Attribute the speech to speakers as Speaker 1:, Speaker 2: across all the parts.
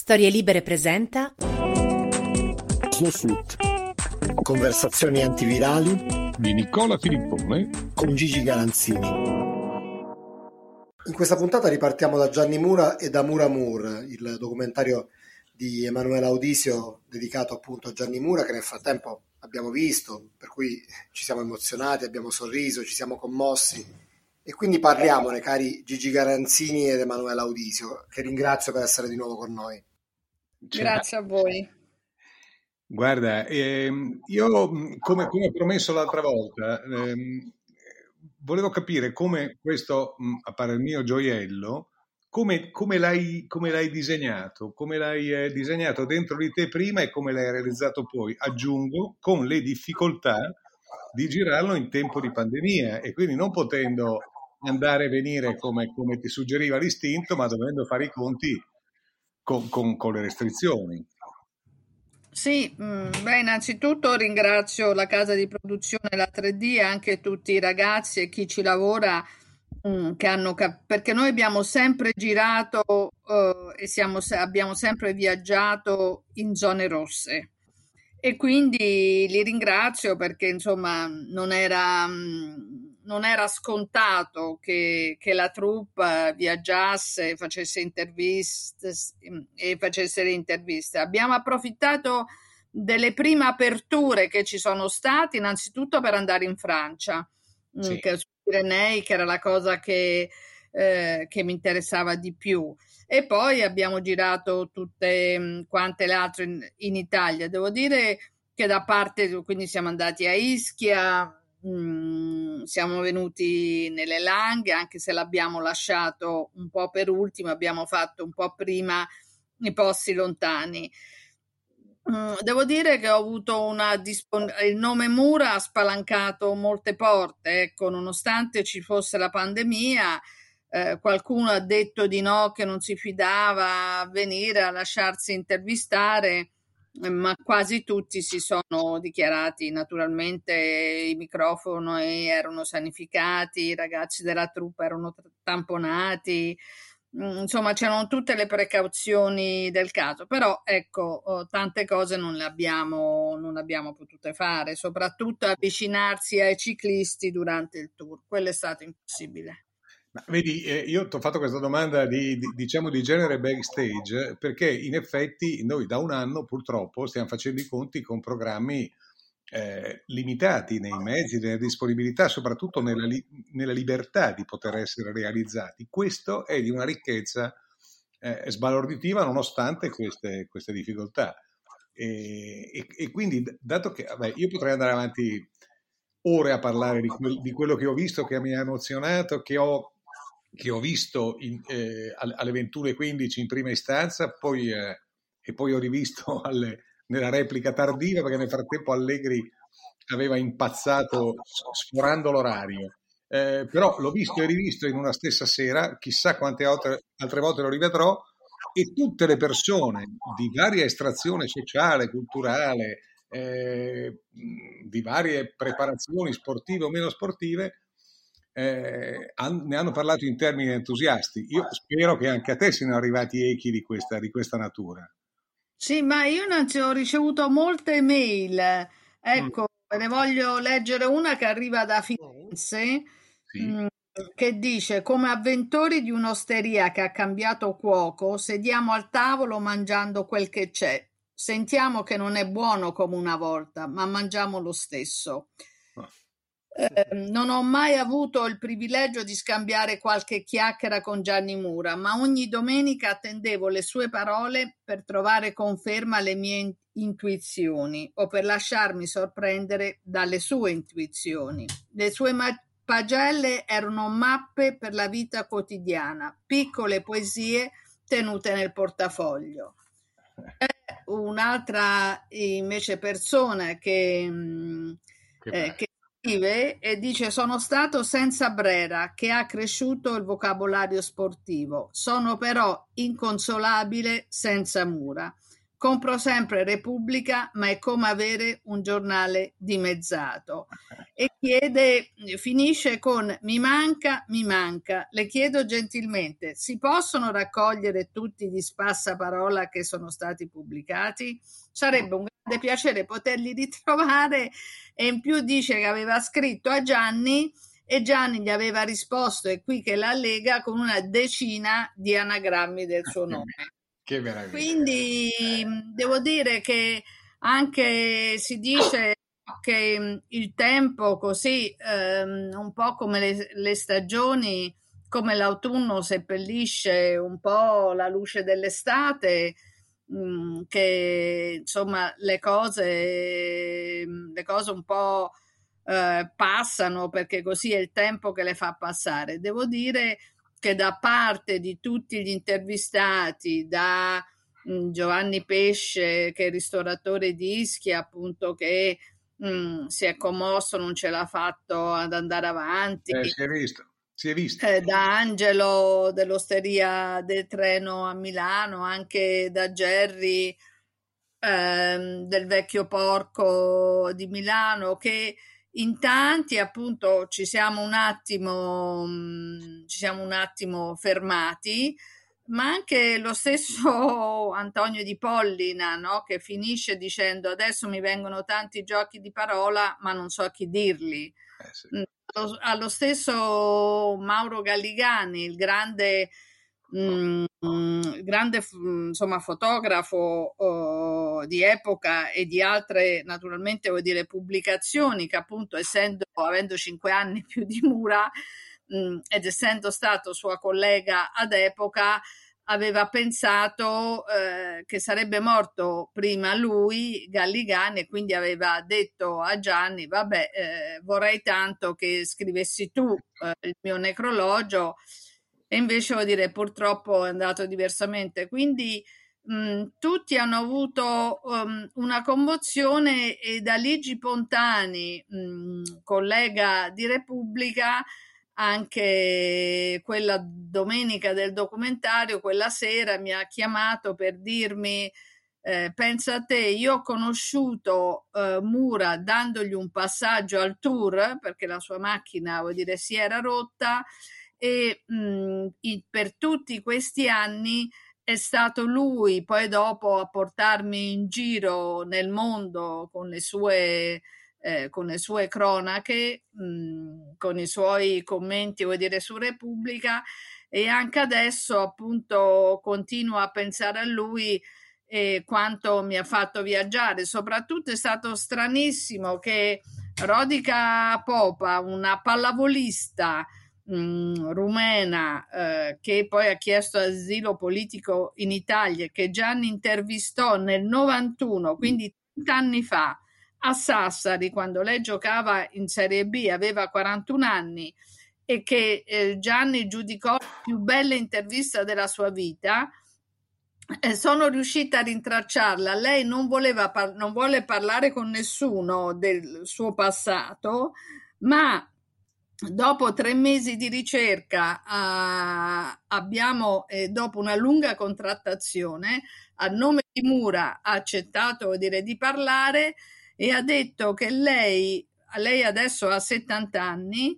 Speaker 1: Storie Libere presenta
Speaker 2: Snowsuit. Conversazioni antivirali
Speaker 3: di Nicola Filippone
Speaker 2: con Gigi Garanzini. In questa puntata ripartiamo da Gianni Mura e da Mura Mur, il documentario di Emanuele Audisio dedicato appunto a Gianni Mura, che nel frattempo abbiamo visto, per cui ci siamo emozionati, abbiamo sorriso, ci siamo commossi. E quindi parliamone, cari Gigi Garanzini ed Emanuele Audisio, che ringrazio per essere di nuovo con noi.
Speaker 4: Grazie a voi.
Speaker 3: Guarda, io come promesso l'altra volta, volevo capire come questo, a parer mio gioiello, come l'hai disegnato, come l'hai disegnato dentro di te prima e come l'hai realizzato poi, aggiungo, con le difficoltà di girarlo in tempo di pandemia e quindi non potendo andare e venire come ti suggeriva l'istinto, ma dovendo fare i conti con le restrizioni.
Speaker 4: Sì, innanzitutto ringrazio la casa di produzione La 3D e anche tutti i ragazzi e chi ci lavora che hanno perché noi abbiamo sempre girato e abbiamo sempre viaggiato in zone rosse e quindi li ringrazio perché insomma non era scontato che la troupe viaggiasse, facesse interviste e facesse le interviste. Abbiamo approfittato delle prime aperture che ci sono state, innanzitutto per andare in Francia,
Speaker 3: Sì.
Speaker 4: che sui Pirenei, che era la cosa che mi interessava di più. E poi abbiamo girato tutte quante le altre in Italia. Devo dire che quindi siamo andati a Ischia, siamo venuti nelle Langhe, anche se l'abbiamo lasciato un po' per ultimo, abbiamo fatto un po' prima i posti lontani. Devo dire che ho avuto il nome Mura ha spalancato molte porte, ecco, nonostante ci fosse la pandemia. Qualcuno ha detto di no, che non si fidava a venire a lasciarsi intervistare, ma quasi tutti si sono dichiarati. Naturalmente i microfoni erano sanificati, i ragazzi della troupe erano tamponati, insomma c'erano tutte le precauzioni del caso, però ecco, tante cose non le abbiamo potute fare, soprattutto avvicinarsi ai ciclisti durante il tour, quello è stato impossibile.
Speaker 3: Ma vedi, io ti ho fatto questa domanda diciamo di genere backstage perché in effetti noi da un anno purtroppo stiamo facendo i conti con programmi limitati nei mezzi, nella disponibilità, soprattutto nella libertà di poter essere realizzati. Questo è di una ricchezza sbalorditiva nonostante queste difficoltà. E quindi, dato che io potrei andare avanti ore a parlare di quello che ho visto, che mi ha emozionato, che ho visto alle 21:15 in prima istanza, e poi ho rivisto nella replica tardiva, perché nel frattempo Allegri aveva impazzato sforando l'orario. Però l'ho visto e rivisto in una stessa sera, chissà quante altre volte lo rivedrò, e tutte le persone di varia estrazione sociale, culturale, di varie preparazioni sportive o meno sportive, ne hanno parlato in termini entusiasti. Io spero che anche a te siano arrivati echi di questa natura.
Speaker 4: Sì, ma io ho ricevuto molte mail, ecco, ne voglio leggere una che arriva da Firenze,
Speaker 3: Sì.
Speaker 4: che dice: come avventori di un'osteria che ha cambiato cuoco, sediamo al tavolo mangiando quel che c'è. Sentiamo che non è buono come una volta, ma mangiamo lo stesso. Non ho mai avuto il privilegio di scambiare qualche chiacchiera con Gianni Mura, ma ogni domenica attendevo le sue parole per trovare conferma alle mie intuizioni o per lasciarmi sorprendere dalle sue intuizioni. Le sue pagelle erano mappe per la vita quotidiana, piccole poesie tenute nel portafoglio. Un'altra invece persona che scrive e dice: sono stato senza Brera, che ha cresciuto il vocabolario sportivo, sono però inconsolabile senza Mura. compro sempre Repubblica, ma è come avere un giornale dimezzato. E finisce con mi manca, le chiedo gentilmente, si possono raccogliere tutti gli spassaparola che sono stati pubblicati? Sarebbe un grande piacere poterli ritrovare. E in più dice che aveva scritto a Gianni e Gianni gli aveva risposto, è qui che la lega, con una decina di anagrammi del suo nome.
Speaker 3: Che meraviglia.
Speaker 4: Quindi devo dire che anche si dice che il tempo così, un po' come le stagioni, come l'autunno seppellisce un po' la luce dell'estate, che insomma le cose un po' passano, perché così è il tempo che le fa passare. Devo dire che da parte di tutti gli intervistati, da Giovanni Pesce, che è ristoratore di Ischia, appunto, che si è commosso, non ce l'ha fatto ad andare avanti.
Speaker 3: Si è visto.
Speaker 4: Da Angelo dell'Osteria del Treno a Milano, anche da Gerry del Vecchio Porco di Milano, che in tanti appunto ci siamo un attimo fermati, ma anche lo stesso Antonio Di Pollina, no? Che finisce dicendo adesso mi vengono tanti giochi di parola ma non so a chi dirli.
Speaker 3: Sì.
Speaker 4: Allo stesso Mauro Galligani, il grande insomma fotografo di epoca e di altre, naturalmente, vuol dire, pubblicazioni, che appunto avendo 5 anni più di Mura ed essendo stato sua collega ad epoca, aveva pensato che sarebbe morto prima lui, Galligani, e quindi aveva detto a Gianni vabbè, vorrei tanto che scrivessi tu il mio necrologio, e invece, vuol dire, purtroppo è andato diversamente. Quindi tutti hanno avuto una commozione, e da Ligi Pontani, collega di Repubblica, anche quella domenica del documentario, quella sera mi ha chiamato per dirmi pensa a te, io ho conosciuto Mura dandogli un passaggio al tour perché la sua macchina, vuol dire, si era rotta, e per tutti questi anni è stato lui poi dopo a portarmi in giro nel mondo con le sue cronache, con i suoi commenti, vuol dire, su Repubblica, e anche adesso appunto continuo a pensare a lui e quanto mi ha fatto viaggiare. Soprattutto è stato stranissimo che Rodica Popa, una pallavolista rumena, che poi ha chiesto asilo politico in Italia, che Gianni intervistò nel 91, quindi 30 anni fa, a Sassari, quando lei giocava in Serie B, aveva 41 anni, e che Gianni giudicò la più bella intervista della sua vita. Sono riuscita a rintracciarla. Lei non vuole parlare con nessuno del suo passato, ma dopo 3 mesi di ricerca abbiamo, dopo una lunga contrattazione, a nome di Mura ha accettato, vuol dire, di parlare, e ha detto che lei adesso ha 70 anni,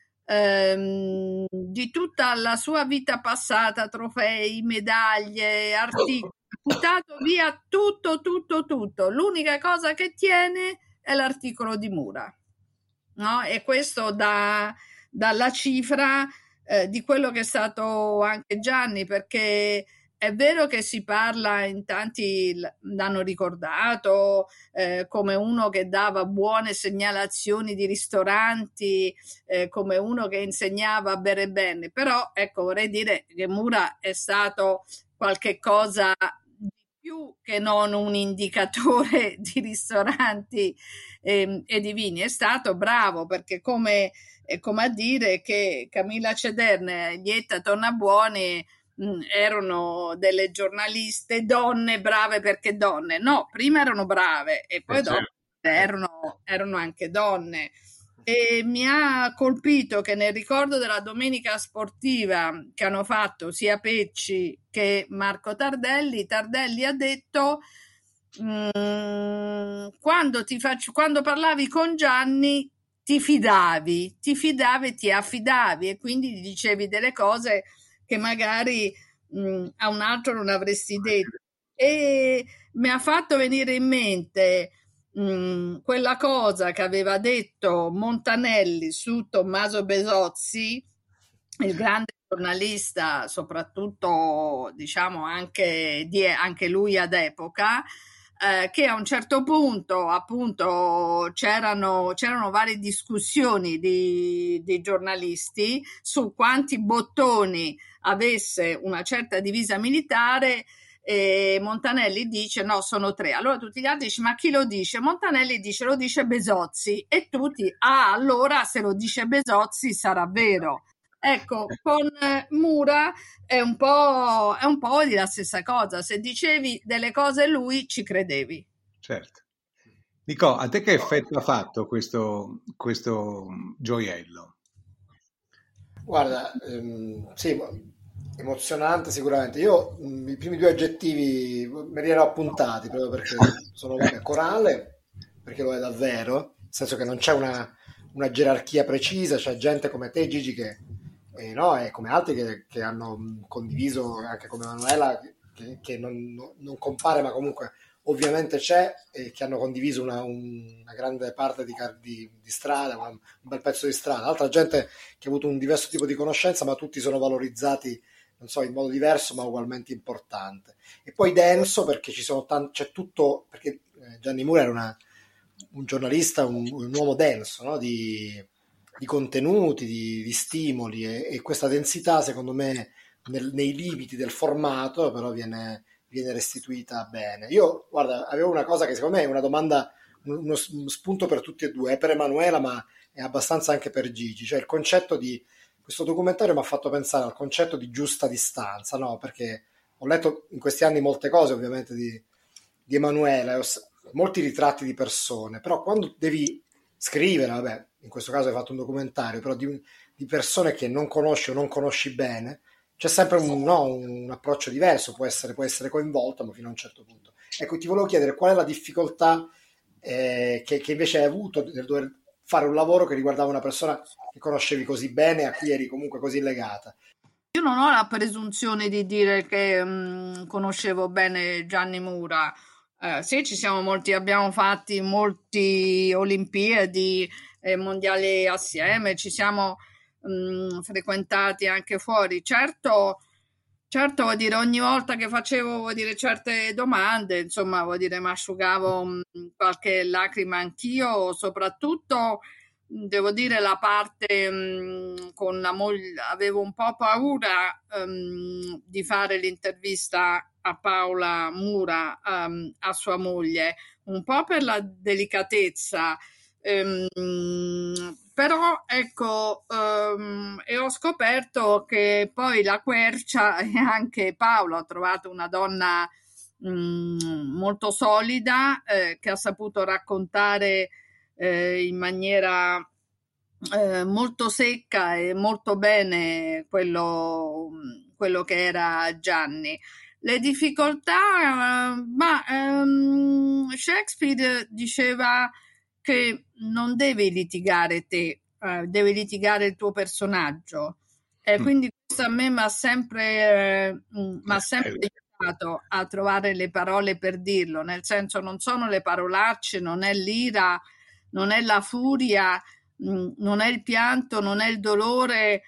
Speaker 4: di tutta la sua vita passata, trofei, medaglie, articoli, ha buttato via tutto. L'unica cosa che tiene è l'articolo di Mura, no? E questo dalla cifra di quello che è stato anche Gianni, perché è vero che si parla, in tanti l'hanno ricordato come uno che dava buone segnalazioni di ristoranti, come uno che insegnava a bere bene, però ecco, vorrei dire che Mura è stato qualche cosa di più che non un indicatore di ristoranti e di vini. È stato bravo, perché è come a dire che Camilla Cederne e Lietta Tornabuoni erano delle giornaliste donne brave perché donne. No, prima erano brave e poi dopo erano anche donne. E mi ha colpito che nel ricordo della domenica sportiva che hanno fatto sia Pecci che Marco Tardelli ha detto quando parlavi con Gianni ti fidavi e ti affidavi e quindi gli dicevi delle cose che magari a un altro non avresti detto. E mi ha fatto venire in mente quella cosa che aveva detto Montanelli su Tommaso Besozzi, il grande giornalista, soprattutto diciamo anche lui ad epoca, che a un certo punto appunto c'erano varie discussioni di giornalisti su quanti bottoni avesse una certa divisa militare. E Montanelli dice no, sono 3. Allora tutti gli altri dicono ma chi lo dice? Montanelli dice lo dice Besozzi e tutti allora se lo dice Besozzi sarà vero. Ecco, con Mura è un po' di la stessa cosa. Se dicevi delle cose lui ci credevi.
Speaker 3: Certo. Nico, a te che effetto ha fatto questo gioiello?
Speaker 2: Guarda, sì, emozionante sicuramente. Io i primi due aggettivi me li ero appuntati proprio perché sono corale, perché lo è davvero, nel senso che non c'è una gerarchia precisa, c'è gente come te, Gigi, che, no, e come altri che hanno condiviso, anche come Manuela, che non compare, ma comunque ovviamente c'è, e che hanno condiviso una grande parte di strada, un bel pezzo di strada. Altra gente che ha avuto un diverso tipo di conoscenza, ma tutti sono valorizzati, non so, in modo diverso, ma ugualmente importante. E poi denso, perché c'è tutto, perché Gianni Mura era un giornalista, un uomo denso, no? Di contenuti, di stimoli, e questa densità, secondo me, nei limiti del formato, però viene restituita bene. Io, guarda, avevo una cosa che secondo me è una domanda, uno spunto per tutti e due, è per Emanuela, ma è abbastanza anche per Gigi, cioè il concetto di questo documentario mi ha fatto pensare al concetto di giusta distanza, no? Perché ho letto in questi anni molte cose, ovviamente, di Emanuela, molti ritratti di persone, però quando devi scrivere, vabbè, in questo caso hai fatto un documentario, però di persone che non conosci o non conosci bene, c'è sempre no, un approccio diverso, può essere coinvolto, ma fino a un certo punto. Ecco, ti volevo chiedere qual è la difficoltà che invece hai avuto nel dover fare un lavoro che riguardava una persona che conoscevi così bene, a cui eri comunque così legata.
Speaker 4: Io non ho la presunzione di dire che conoscevo bene Gianni Mura. Sì, abbiamo fatti molti Olimpiadi e mondiali assieme, ci siamo frequentati anche fuori. Certo, vuol dire, ogni volta che facevo, vuol dire, certe domande, insomma, vuol dire, mi asciugavo qualche lacrima anch'io, soprattutto, devo dire, la parte con la moglie, avevo un po' paura di fare l'intervista a Paola Mura, a sua moglie, un po' per la delicatezza. Però ecco, e ho scoperto che poi la Quercia e anche Paolo ha trovato una donna molto solida, che ha saputo raccontare in maniera molto secca e molto bene quello che era Gianni. Le difficoltà, Shakespeare diceva che non devi litigare te, devi litigare il tuo personaggio. E quindi questo a me m'ha sempre aiutato a trovare le parole per dirlo, nel senso non sono le parolacce, non è l'ira, non è la furia, non è il pianto, non è il dolore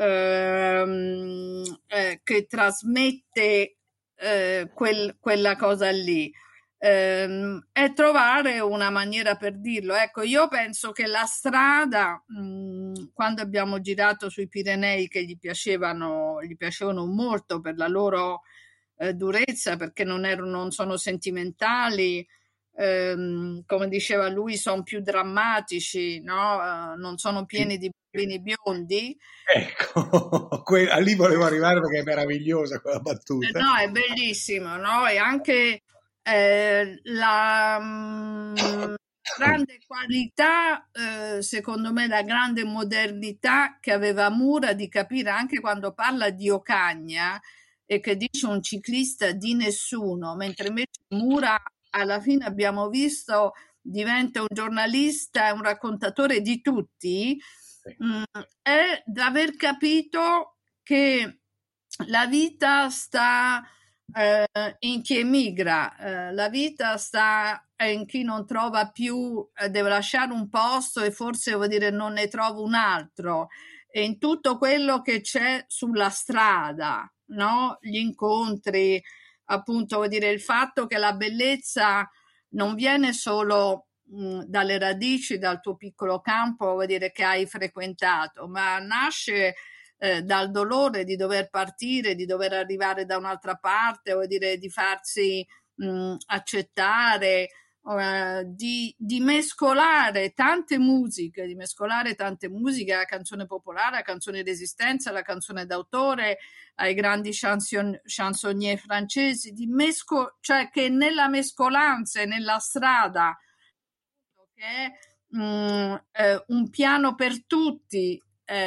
Speaker 4: che trasmette quella cosa lì. È trovare una maniera per dirlo. Ecco, io penso che la strada, quando abbiamo girato sui Pirenei, che gli piacevano molto per la loro durezza, perché non sono sentimentali, come diceva lui, sono più drammatici, no? Non sono pieni di bambini biondi.
Speaker 3: Ecco, lì volevo arrivare perché è meravigliosa quella battuta.
Speaker 4: No, è bellissimo, no? E anche la grande qualità, secondo me, la grande modernità che aveva Mura di capire anche quando parla di Ocaña e che dice un ciclista di nessuno, mentre invece Mura alla fine abbiamo visto diventa un giornalista, un raccontatore di tutti, è d'aver capito che la vita sta in chi emigra, la vita sta in chi non trova più, deve lasciare un posto e forse vuol dire non ne trovo un altro, e in tutto quello che c'è sulla strada, no? Gli incontri, appunto, vuol dire il fatto che la bellezza non viene solo dalle radici, dal tuo piccolo campo, vuol dire che hai frequentato, ma nasce dal dolore di dover partire, di dover arrivare da un'altra parte, vuol dire di farsi accettare, di mescolare tante musiche, la canzone popolare, la canzone di resistenza, la canzone d'autore, ai grandi chansonnier francesi, cioè che nella mescolanza e nella strada, che è un piano per tutti,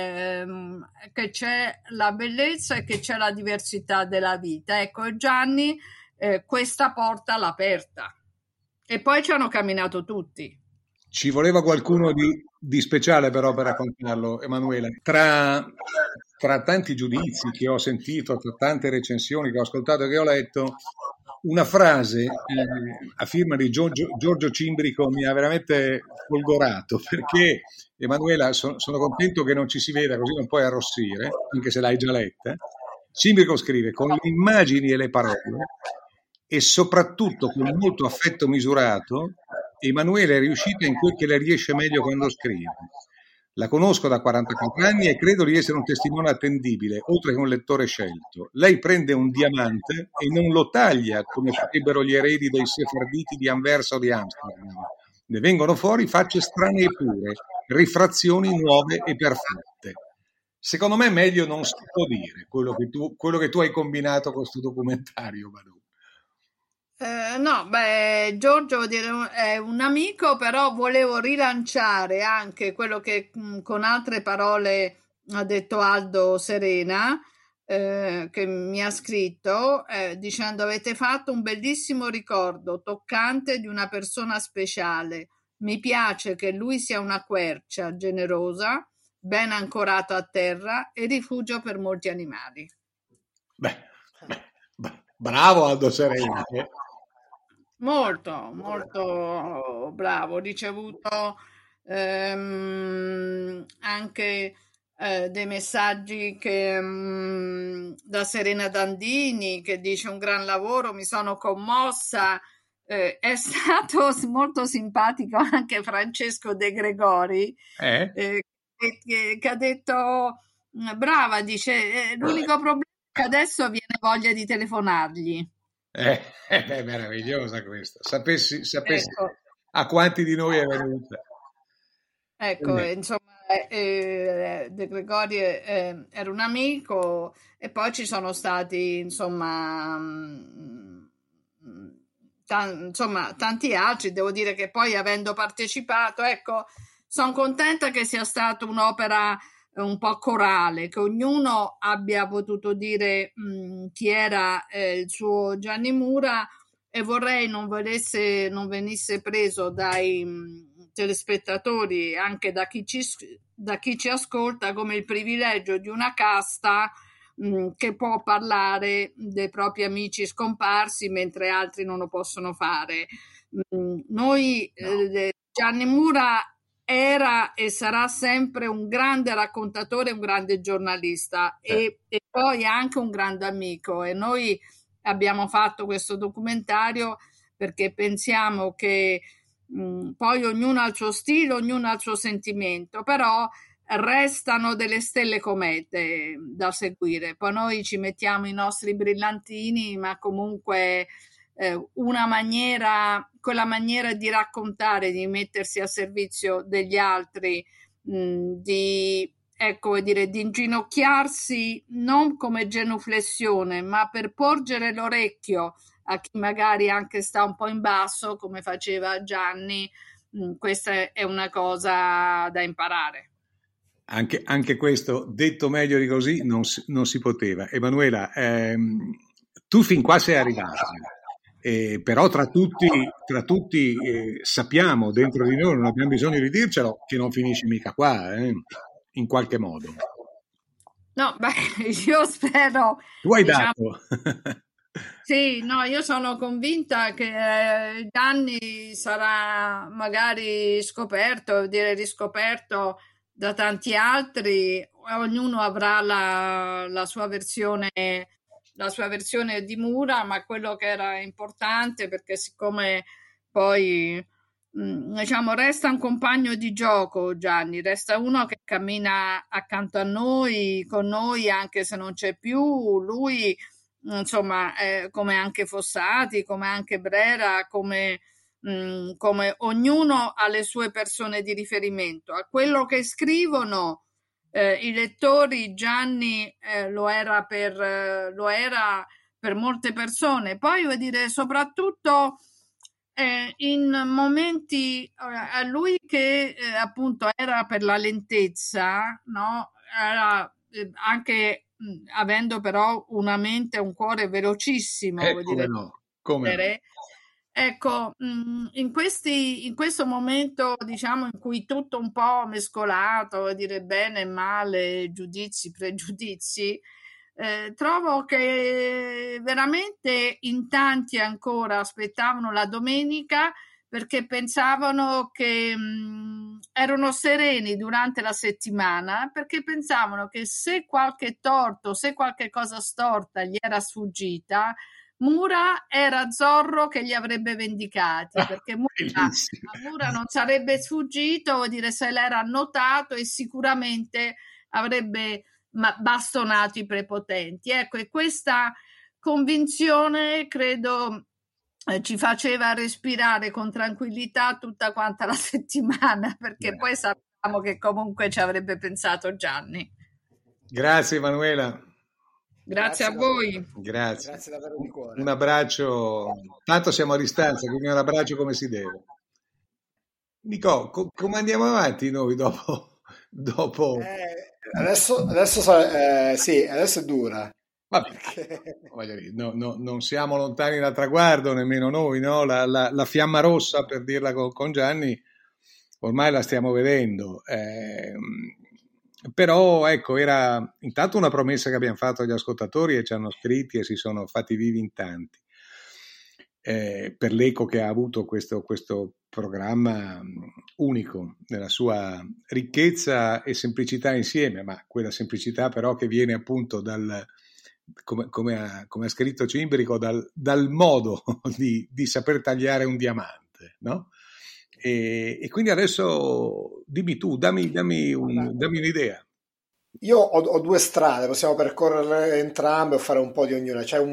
Speaker 4: che c'è la bellezza e che c'è la diversità della vita. Ecco, Gianni questa porta l'ha aperta. E poi ci hanno camminato tutti.
Speaker 3: Ci voleva qualcuno di speciale però per raccontarlo, Emanuela. Tra tanti giudizi che ho sentito, tra tante recensioni che ho ascoltato e che ho letto, una frase a firma di Giorgio Cimbrico mi ha veramente folgorato, perché Emanuela, sono contento che non ci si veda, così non puoi arrossire, anche se l'hai già letta. Cimbrico scrive: con le immagini e le parole e soprattutto con molto affetto misurato, Emanuela è riuscita in quel che le riesce meglio quando scrive. La conosco da 44 anni e credo di essere un testimone attendibile, oltre che un lettore scelto. Lei prende un diamante e non lo taglia come farebbero gli eredi dei sefarditi di Anversa o di Amsterdam. Ne vengono fuori facce strane e pure, rifrazioni nuove e perfette. Secondo me meglio non si può dire quello che tu hai combinato con questo documentario, Manu.
Speaker 4: No, beh, Giorgio è un amico, però volevo rilanciare anche quello che con altre parole ha detto Aldo Serena, che mi ha scritto dicendo: avete fatto un bellissimo ricordo toccante di una persona speciale. Mi piace che lui sia una quercia generosa, ben ancorato a terra e rifugio per molti animali.
Speaker 3: Bravo Aldo Serena.
Speaker 4: Molto, molto bravo. Ho ricevuto anche dei messaggi da Serena Dandini, che dice: un gran lavoro, mi sono commossa. È stato molto simpatico anche Francesco De Gregori, che ha detto: brava, dice, l'unico problema è che adesso viene voglia di telefonargli.
Speaker 3: È meravigliosa questa. Sapessi ecco, a quanti di noi è venuta.
Speaker 4: Ecco, insomma, De Gregori era un amico, e poi ci sono stati, insomma, tanti altri. Devo dire che poi, avendo partecipato, ecco, sono contenta che sia stata un'opera un po' corale, che ognuno abbia potuto dire chi era il suo Gianni Mura, e vorrei non venisse preso dai telespettatori, anche da chi ci ascolta, come il privilegio di una casta che può parlare dei propri amici scomparsi mentre altri non lo possono fare. Noi, Gianni Mura era e sarà sempre un grande raccontatore, un grande giornalista, e poi anche un grande amico, e noi abbiamo fatto questo documentario perché pensiamo che poi ognuno ha il suo stile, ognuno ha il suo sentimento, però restano delle stelle comete da seguire. Poi noi ci mettiamo i nostri brillantini, ma comunque quella maniera di raccontare, di mettersi a servizio degli altri, di inginocchiarsi non come genuflessione, ma per porgere l'orecchio a chi magari anche sta un po' in basso, come faceva Gianni. Questa è una cosa da imparare.
Speaker 3: Anche questo, detto meglio di così, non si poteva. Emanuela, tu fin qua sei arrivata, Però tra tutti sappiamo dentro di noi, non abbiamo bisogno di dircelo, che non finisce mica qua, in qualche modo.
Speaker 4: No, beh, io spero,
Speaker 3: Tu hai
Speaker 4: diciamo,
Speaker 3: dato.
Speaker 4: sì, no, io sono convinta che Gianni sarà magari scoperto, dire riscoperto da tanti altri, ognuno avrà la sua versione di Mura, ma quello che era importante, perché siccome poi diciamo, resta un compagno di gioco Gianni, resta uno che cammina accanto a noi, con noi, anche se non c'è più, lui insomma, come anche Fossati, come anche Brera, come ognuno ha le sue persone di riferimento. A quello che scrivono i lettori, Gianni lo era per molte persone. Poi vuol dire, soprattutto in momenti a lui che appunto era per la lentezza, no? Era anche avendo però una mente e un cuore velocissimo, vuol
Speaker 3: Come
Speaker 4: dire,
Speaker 3: no, come no.
Speaker 4: ecco, in questo momento, diciamo, in cui tutto un po' mescolato, vuol dire bene e male, giudizi, pregiudizi, trovo che veramente in tanti ancora aspettavano la domenica perché pensavano che erano sereni durante la settimana, perché pensavano che se qualche torto, se qualche cosa storta gli era sfuggita, Mura era Zorro che li avrebbe vendicati, perché a Mura non sarebbe sfuggito, vuol dire se l'era notato e sicuramente avrebbe bastonato i prepotenti. Ecco, e questa convinzione credo ci faceva respirare con tranquillità tutta quanta la settimana, perché poi sappiamo che comunque ci avrebbe pensato Gianni.
Speaker 3: Grazie Emanuela.
Speaker 4: Grazie a voi.
Speaker 3: Grazie.
Speaker 2: Grazie davvero di cuore.
Speaker 3: Un abbraccio. Tanto siamo a distanza, quindi un abbraccio come si deve. Nico, come andiamo avanti noi dopo?
Speaker 2: Sì, adesso è dura.
Speaker 3: Vabbè, voglio dire, non siamo lontani dal traguardo, nemmeno noi, no? La fiamma rossa, per dirla con Gianni, ormai la stiamo vedendo. Però ecco, era intanto una promessa che abbiamo fatto agli ascoltatori e ci hanno scritti e si sono fatti vivi in tanti. Per l'eco che ha avuto questo programma unico nella sua ricchezza e semplicità insieme, ma quella semplicità però che viene appunto come ha scritto Cimbrico, dal modo di saper tagliare un diamante, no? E quindi adesso dimmi tu, dammi un'idea.
Speaker 2: Io ho due strade, possiamo percorrere entrambe o fare un po' di ognuna. C'è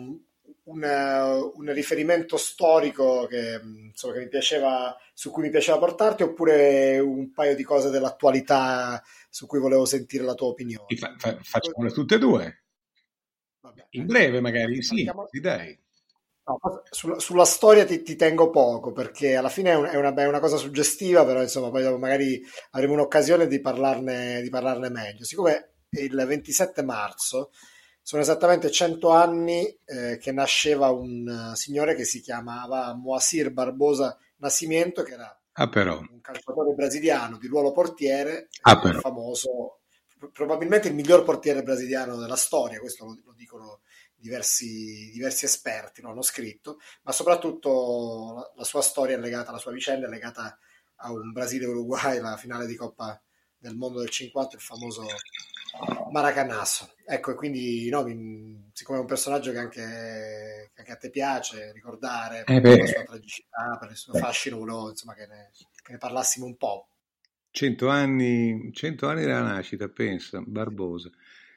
Speaker 2: un riferimento storico che, insomma, che mi piaceva, su cui mi piaceva portarti, oppure un paio di cose dell'attualità su cui volevo sentire la tua opinione.
Speaker 3: Facciamole tutte e due.
Speaker 2: Vabbè.
Speaker 3: In breve magari, sì, dai.
Speaker 2: No, sulla storia ti tengo poco, perché alla fine è una cosa suggestiva, però insomma poi dopo magari avremo un'occasione di parlarne meglio. Siccome il 27 marzo sono esattamente 100 anni che nasceva un signore che si chiamava Moacir Barbosa Nascimento, che era un calciatore brasiliano di ruolo portiere, famoso, probabilmente il miglior portiere brasiliano della storia, questo lo dicono diversi esperti, lo hanno scritto, ma soprattutto la sua storia è legata, la sua vicenda è legata a un Brasile-Uruguay, la finale di Coppa del Mondo del 50, il famoso Maracanazo. Ecco, e quindi siccome è un personaggio che anche a te piace ricordare per la sua tragicità, per il suo fascino, volevo insomma che ne parlassimo un po'.
Speaker 3: 100 anni dalla nascita, pensa, Barbosa.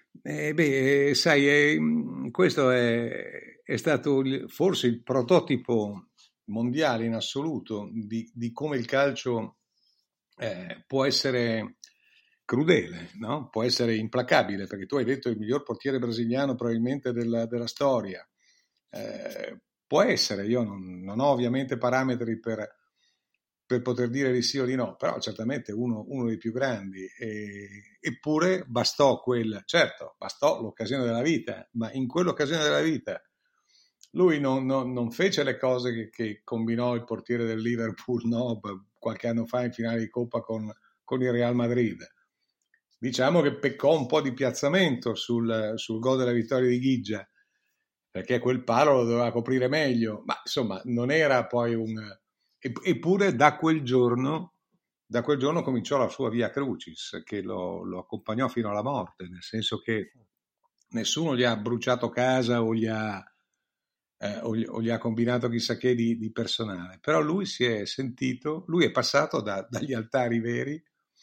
Speaker 3: Sai, questo è stato forse il prototipo mondiale in assoluto di come il calcio può essere crudele, no? Può essere implacabile, perché tu hai detto il miglior portiere brasiliano probabilmente della storia. Può essere, io non ho ovviamente parametri per poter dire di sì o di no, però certamente uno dei più grandi, eppure bastò l'occasione della vita, ma in quell'occasione della vita lui non fece le cose che combinò il portiere del Liverpool, no, qualche anno fa in finale di Coppa con il Real Madrid. Diciamo che peccò un po' di piazzamento sul gol della vittoria di Ghigia, perché quel palo lo doveva coprire meglio, ma insomma non era poi eppure da quel giorno cominciò la sua via crucis, che lo accompagnò fino alla morte, nel senso che nessuno gli ha bruciato casa o gli ha combinato chissà che di personale, però lui si è sentito, lui è passato dagli altari veri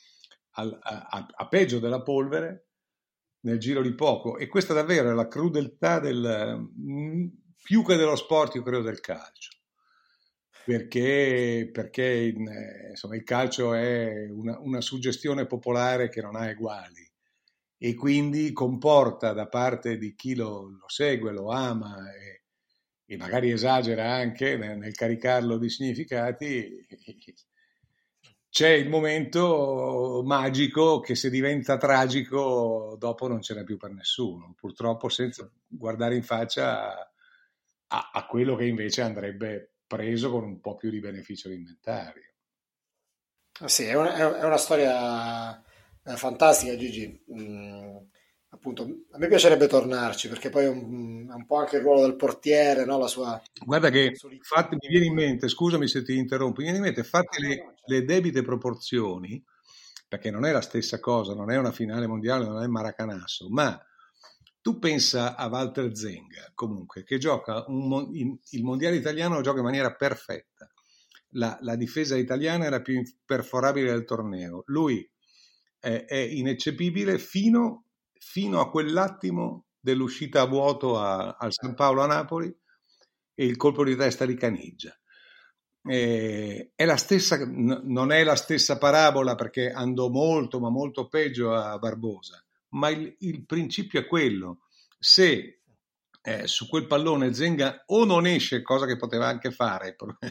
Speaker 3: a peggio della polvere nel giro di poco, e questa davvero è la crudeltà più che dello sport, io credo del calcio, perché insomma, il calcio è una suggestione popolare che non ha eguali, e quindi comporta da parte di chi lo segue, lo ama e magari esagera anche nel caricarlo di significati. C'è il momento magico che, se diventa tragico, dopo non ce n'è più per nessuno, purtroppo, senza guardare in faccia a quello che invece andrebbe preso con un po' più di beneficio d'inventario.
Speaker 2: Sì, è una storia fantastica, Gigi. Appunto, a me piacerebbe tornarci perché poi è un po' anche il ruolo del portiere, no? La sua
Speaker 3: Guarda che mi viene in
Speaker 2: solitudine.
Speaker 3: mente, scusami se ti interrompo, mi viene in mente, fatti
Speaker 2: No, no,
Speaker 3: le
Speaker 2: certo.
Speaker 3: debite proporzioni, perché non è la stessa cosa, non è una finale mondiale, non è Maracanasso, ma tu pensa a Walter Zenga, comunque, che gioca il mondiale italiano, lo gioca in maniera perfetta. La difesa italiana è la più imperforabile del torneo. Lui è ineccepibile fino a quell'attimo dell'uscita a vuoto al San Paolo a Napoli e il colpo di testa di Caniggia. È la stessa, non è la stessa parabola, perché andò molto, ma molto peggio a Barbosa, ma il principio è quello. Se su quel pallone Zenga o non esce, cosa che poteva anche fare,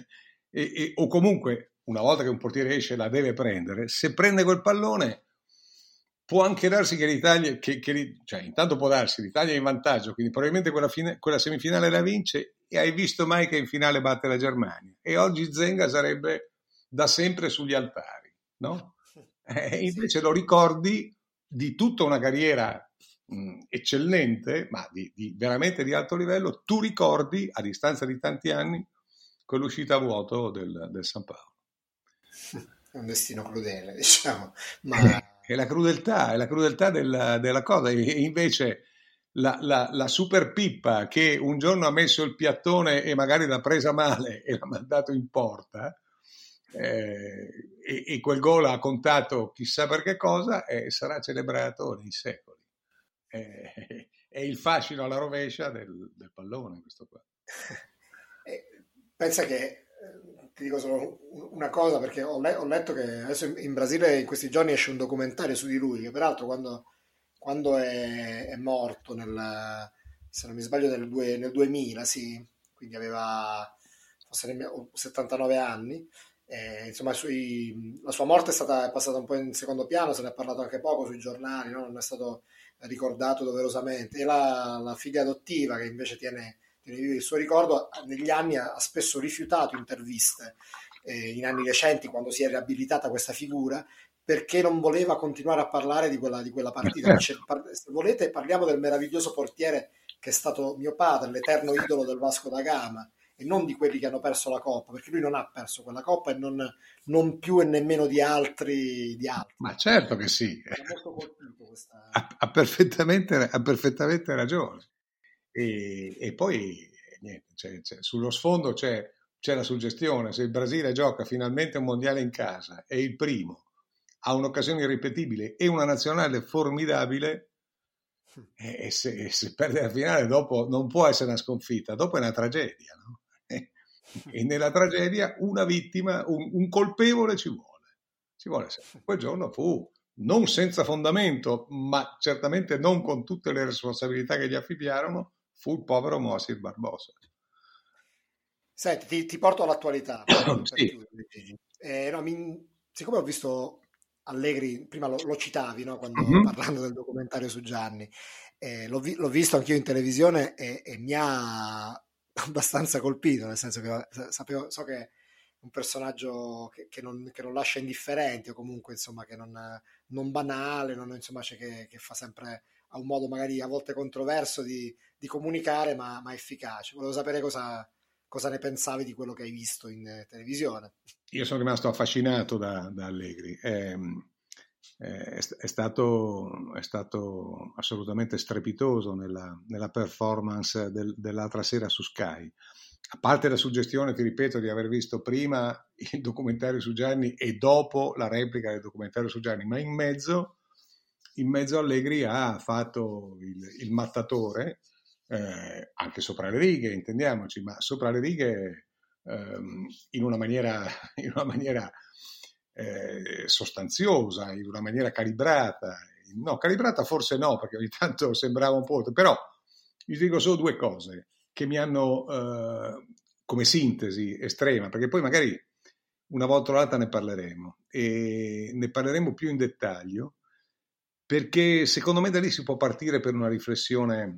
Speaker 3: o comunque una volta che un portiere esce la deve prendere, se prende quel pallone può anche darsi che l'Italia, cioè intanto può darsi l'Italia è in vantaggio, quindi probabilmente quella semifinale la vince, e hai visto mai che in finale batte la Germania? E oggi Zenga sarebbe da sempre sugli altari, no?
Speaker 2: Sì.
Speaker 3: Invece lo ricordi di tutta una carriera eccellente, ma veramente di alto livello, tu ricordi a distanza di tanti anni quell'uscita a vuoto del San Paolo.
Speaker 2: È un destino crudele, diciamo, ma
Speaker 3: È la crudeltà della cosa. E invece la super pippa che un giorno ha messo il piattone e magari l'ha presa male e l'ha mandato in porta, e quel gol ha contato chissà per che cosa, sarà celebrato nei secoli. È il fascino alla rovescia del pallone, questo qua.
Speaker 2: pensa che ti dico solo una cosa, perché ho letto che adesso in Brasile in questi giorni esce un documentario su di lui, che peraltro quando è morto, se non mi sbaglio nel 2000, sì, quindi aveva forse 79 anni. Insomma, la sua morte è passata un po' in secondo piano, se ne è parlato anche poco sui giornali, no? Non è stato ricordato doverosamente. E la figlia adottiva, che invece tiene vivo il suo ricordo, negli anni ha spesso rifiutato interviste, in anni recenti, quando si è riabilitata questa figura, perché non voleva continuare a parlare di quella partita. Dice, se volete parliamo del meraviglioso portiere che è stato mio padre, l'eterno idolo del Vasco da Gama, e non di quelli che hanno perso la Coppa, perché lui non ha perso quella Coppa, e non più e nemmeno di altri.
Speaker 3: Ma certo che sì,
Speaker 2: Mi ha molto colpito questa.
Speaker 3: ha perfettamente ragione. E poi niente, sullo sfondo c'è la suggestione: se il Brasile gioca finalmente un mondiale in casa, è il primo, ha un'occasione irripetibile e una nazionale formidabile, e se perde la finale dopo non può essere una sconfitta, dopo è una tragedia, no? E nella tragedia una vittima, un colpevole ci vuole sempre. Quel giorno fu non senza fondamento, ma certamente non con tutte le responsabilità che gli affibbiarono, fu il povero Moacir Barbosa.
Speaker 2: Senti, ti porto all'attualità per
Speaker 3: Sì.
Speaker 2: chiudere, Gigi. No, siccome ho visto Allegri, prima lo citavi, no, parlando del documentario su Gianni, l'ho visto anch'io in televisione, e mi ha abbastanza colpito, nel senso che so che è un personaggio che non lascia indifferenti, o comunque insomma che non banale, insomma, che fa sempre, ha un modo magari a volte controverso di comunicare, ma efficace. Volevo sapere cosa ne pensavi di quello che hai visto in televisione.
Speaker 3: Io sono rimasto affascinato da Allegri. È stato assolutamente strepitoso nella performance dell'altra sera su Sky. A parte la suggestione, ti ripeto, di aver visto prima il documentario su Gianni e dopo la replica del documentario su Gianni, ma in mezzo Allegri ha fatto il mattatore, anche sopra le righe, intendiamoci, ma sopra le righe in una maniera sostanziosa, in una maniera calibrata. No, calibrata forse no, perché ogni tanto sembrava un po', però vi dico solo due cose che mi hanno come sintesi estrema, perché poi magari una volta o l'altra ne parleremo, e ne parleremo più in dettaglio, perché secondo me da lì si può partire per una riflessione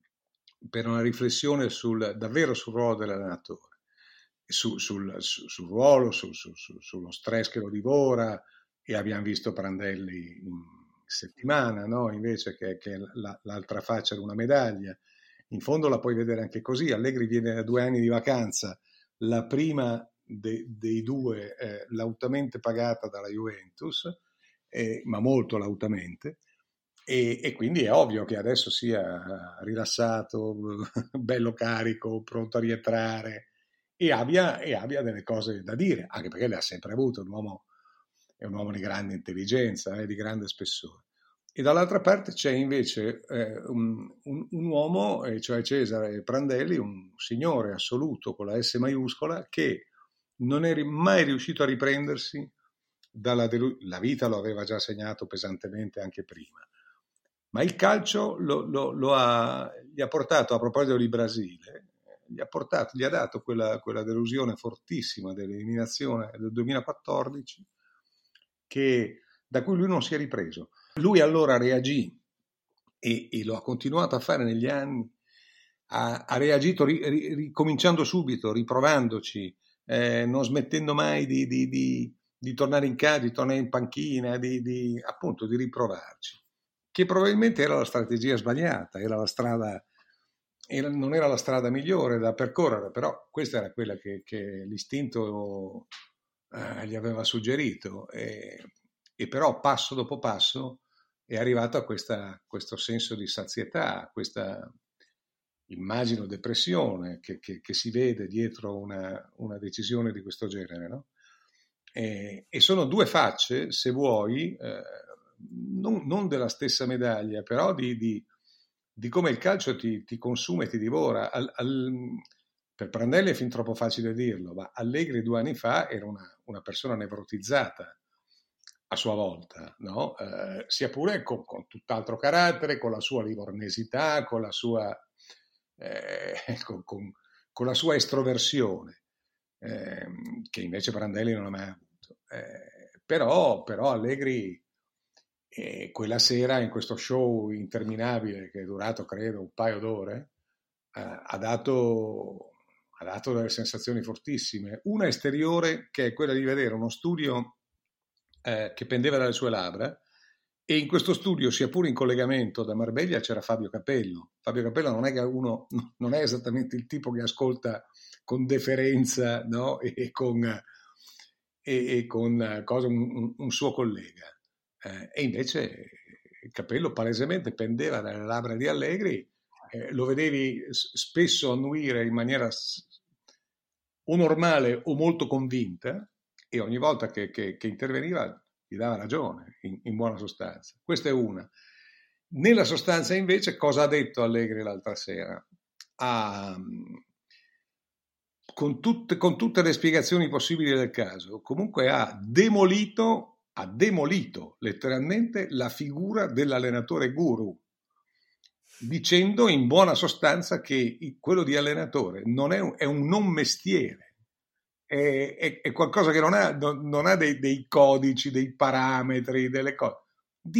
Speaker 3: davvero sul ruolo dell'allenatore, sul ruolo, sullo stress che lo divora, e abbiamo visto Prandelli in settimana, no? Invece che l'altra faccia di una medaglia. In fondo la puoi vedere anche così. Allegri viene da 2 anni di vacanza, la prima dei due lautamente pagata dalla Juventus, ma molto lautamente, e quindi è ovvio che adesso sia rilassato, bello carico, pronto a rientrare, e abbia delle cose da dire, anche perché le ha sempre avuto. È un uomo di grande intelligenza, di grande spessore. E dall'altra parte c'è invece un uomo, cioè Cesare Prandelli, un signore assoluto con la S maiuscola, che non è mai riuscito a riprendersi la vita lo aveva già segnato pesantemente anche prima, ma il calcio gli ha portato, a proposito di Brasile, gli ha dato quella delusione fortissima dell'eliminazione del 2014, da cui lui non si è ripreso. Lui allora reagì, e lo ha continuato a fare negli anni, ha reagito ricominciando subito, riprovandoci, non smettendo mai di tornare in casa, di tornare in panchina, appunto di riprovarci, che probabilmente era la strategia sbagliata, non era la strada migliore da percorrere, però questa era quella che l'istinto gli aveva suggerito, e però passo dopo passo è arrivato a questo senso di sazietà, questa, immagino, depressione che si vede dietro una decisione di questo genere, no? E sono due facce, se vuoi, non della stessa medaglia, però di come il calcio ti consuma e ti divora. Per Prandelli è fin troppo facile dirlo, ma Allegri 2 anni fa era una persona nevrotizzata a sua volta, no? Sia pure con tutt'altro carattere, con la sua livornesità, con la sua con la sua estroversione, che invece Prandelli non ha mai avuto. Però Allegri, quella sera, in questo show interminabile che è durato credo un paio d'ore, ha dato delle sensazioni fortissime. Una esteriore, che è quella di vedere uno studio che pendeva dalle sue labbra, e in questo studio, sia pure in collegamento da Marbella, c'era Fabio Capello. Fabio Capello non è esattamente il tipo che ascolta con deferenza, no? e con un suo collega, e invece Capello palesemente pendeva dalle labbra di Allegri. Lo vedevi spesso annuire in maniera o normale o molto convinta, e ogni volta che interveniva gli dava ragione, in buona sostanza. Questa è una. Nella sostanza, invece, cosa ha detto Allegri l'altra sera? Con tutte le spiegazioni possibili del caso, comunque ha demolito letteralmente la figura dell'allenatore guru, dicendo in buona sostanza che quello di allenatore è un non mestiere. È qualcosa che non ha dei codici, dei parametri, delle cose.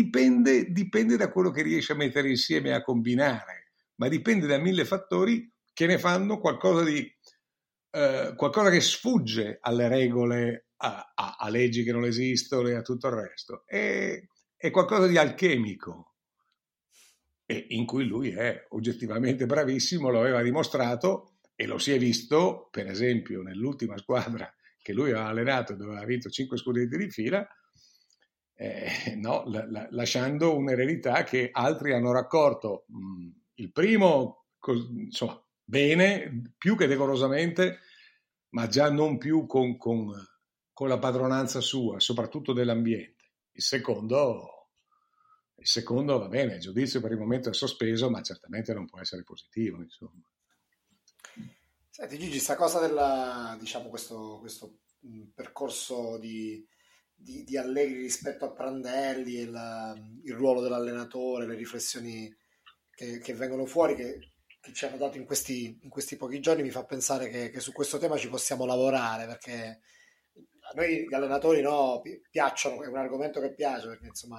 Speaker 3: Dipende da quello che riesce a mettere insieme e a combinare, ma dipende da 1000 fattori che ne fanno qualcosa che sfugge alle regole, a leggi che non esistono e a tutto il resto. È qualcosa di alchemico, e in cui lui è oggettivamente bravissimo, lo aveva dimostrato e lo si è visto, per esempio, nell'ultima squadra che lui aveva allenato, dove aveva vinto 5 scudetti di fila, no, lasciando un'eredità che altri hanno raccolto. Il primo, insomma, bene, più che decorosamente, ma già non più con la padronanza sua, soprattutto dell'ambiente. Il secondo va bene, il giudizio per il momento è sospeso, ma certamente non può essere positivo, insomma.
Speaker 2: Senti Gigi, sta cosa della, diciamo, questo percorso di Allegri rispetto a Prandelli e il ruolo dell'allenatore, le riflessioni che vengono fuori, che ci hanno dato in questi pochi giorni, mi fa pensare che su questo tema ci possiamo lavorare, perché a noi gli allenatori no, piacciono, è un argomento che piace, perché insomma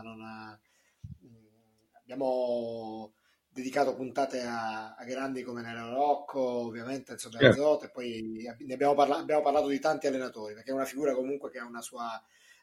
Speaker 2: abbiamo dedicato puntate a grandi come Nero Rocco, ovviamente Enzo Bearzot, e poi abbiamo parlato di tanti allenatori, perché è una figura comunque che ha una sua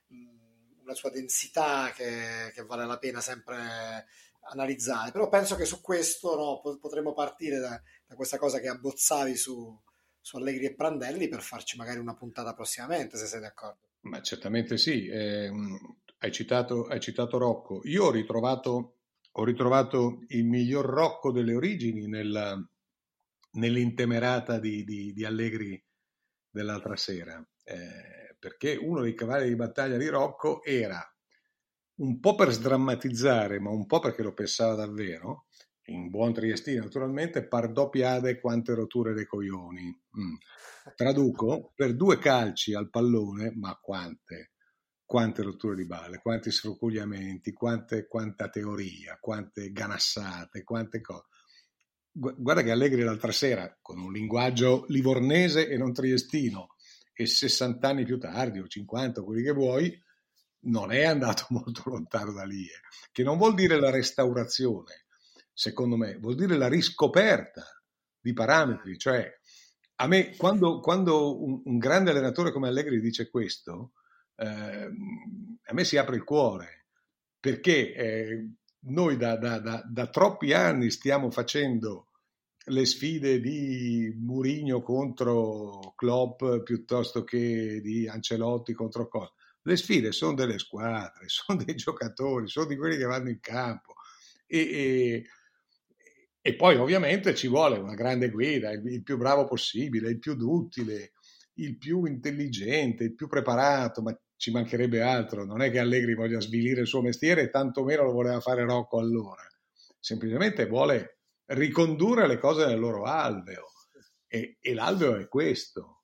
Speaker 2: densità che vale la pena sempre analizzare. Però penso che su questo, no, potremmo partire da questa cosa che abbozzavi su Allegri e Prandelli, per farci magari una puntata prossimamente, se sei d'accordo.
Speaker 3: Ma certamente sì. Hai citato Rocco. Io ho ritrovato il miglior Rocco delle origini nell'intemerata di Allegri dell'altra sera, perché uno dei cavalli di battaglia di Rocco era, un po' per sdrammatizzare, ma un po' perché lo pensava davvero, in buon triestino naturalmente, par doppiade quante rotture dei coglioni. Traduco, per 2 calci al pallone, ma quante rotture di balle, quanti sfrucugliamenti, quanta teoria, quante ganassate, quante cose. Guarda che Allegri l'altra sera, con un linguaggio livornese e non triestino, e 60 anni più tardi, o 50, quelli che vuoi, non è andato molto lontano da lì, che non vuol dire la restaurazione, secondo me, vuol dire la riscoperta di parametri. Cioè, a me, quando un grande allenatore come Allegri dice questo, a me si apre il cuore, perché noi da troppi anni stiamo facendo le sfide di Mourinho contro Klopp, piuttosto che di Ancelotti contro Costa. Le sfide sono delle squadre, sono dei giocatori, sono di quelli che vanno in campo, e poi ovviamente ci vuole una grande guida, il più bravo possibile, il più duttile, il più intelligente, il più preparato, ma ci mancherebbe altro. Non è che Allegri voglia svilire il suo mestiere, tantomeno lo voleva fare Rocco allora. Semplicemente vuole ricondurre le cose nel loro alveo, e l'alveo è questo,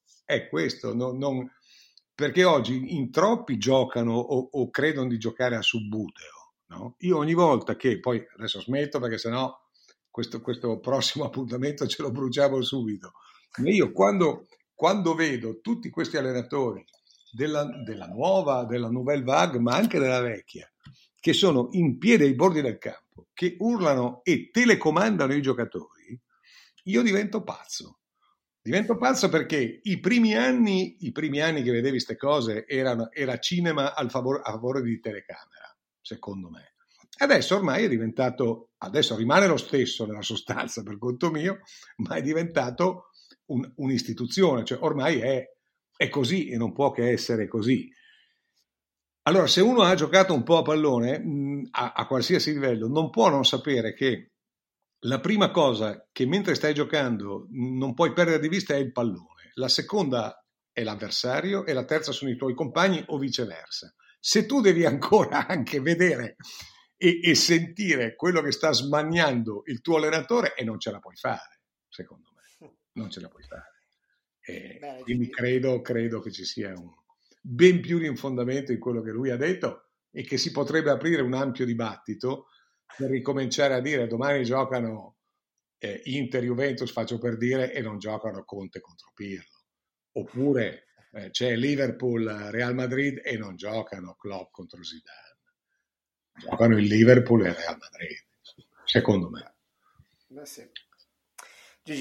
Speaker 3: perché oggi in troppi giocano o credono di giocare a subbuteo, no? Io ogni volta che, poi adesso smetto perché sennò questo prossimo appuntamento ce lo bruciamo subito, ma io quando vedo tutti questi allenatori della Nouvelle Vague, ma anche della vecchia, che sono in piedi ai bordi del campo, che urlano e telecomandano i giocatori, io divento pazzo. Divento pazzo, perché i primi anni che vedevi queste cose era cinema a favore di telecamera, secondo me. Adesso ormai è diventato, adesso rimane lo stesso nella sostanza per conto mio, ma è diventato un'istituzione, cioè ormai è così e non può che essere così. Allora, se uno ha giocato un po' a pallone, a qualsiasi livello, non può non sapere che la prima cosa che mentre stai giocando non puoi perdere di vista è il pallone, la seconda è l'avversario e la terza sono i tuoi compagni, o viceversa. Se tu devi ancora anche vedere e sentire quello che sta smaniando il tuo allenatore, e non ce la puoi fare, secondo me, non ce la puoi fare. Quindi credo che ci sia ben più di un fondamento in quello che lui ha detto, e che si potrebbe aprire un ampio dibattito per ricominciare a dire: domani giocano Inter, Juventus, faccio per dire, e non giocano Conte contro Pirlo, oppure c'è Liverpool, Real Madrid, e non giocano Klopp contro Zidane, giocano il Liverpool e il Real Madrid, secondo me.
Speaker 2: Sì. Gigi,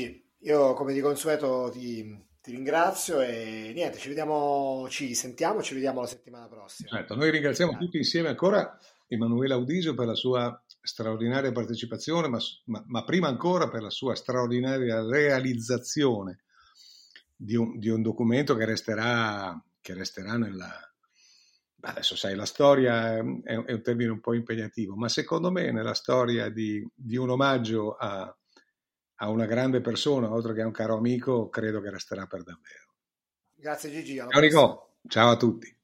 Speaker 2: Io come di consueto ti ringrazio e niente, ci sentiamo, ci vediamo la settimana prossima.
Speaker 3: Certo, noi ringraziamo
Speaker 2: Grazie.
Speaker 3: tutti insieme ancora Emanuele Audisio per la sua straordinaria partecipazione, ma prima ancora per la sua straordinaria realizzazione di un documento che resterà nella... Adesso sai, la storia è un termine un po' impegnativo, ma secondo me nella storia di un omaggio a una grande persona, oltre che a un caro amico, credo che resterà per davvero.
Speaker 2: Grazie Gigi, alla
Speaker 3: Ciao
Speaker 2: prossima.
Speaker 3: Nico, ciao a tutti.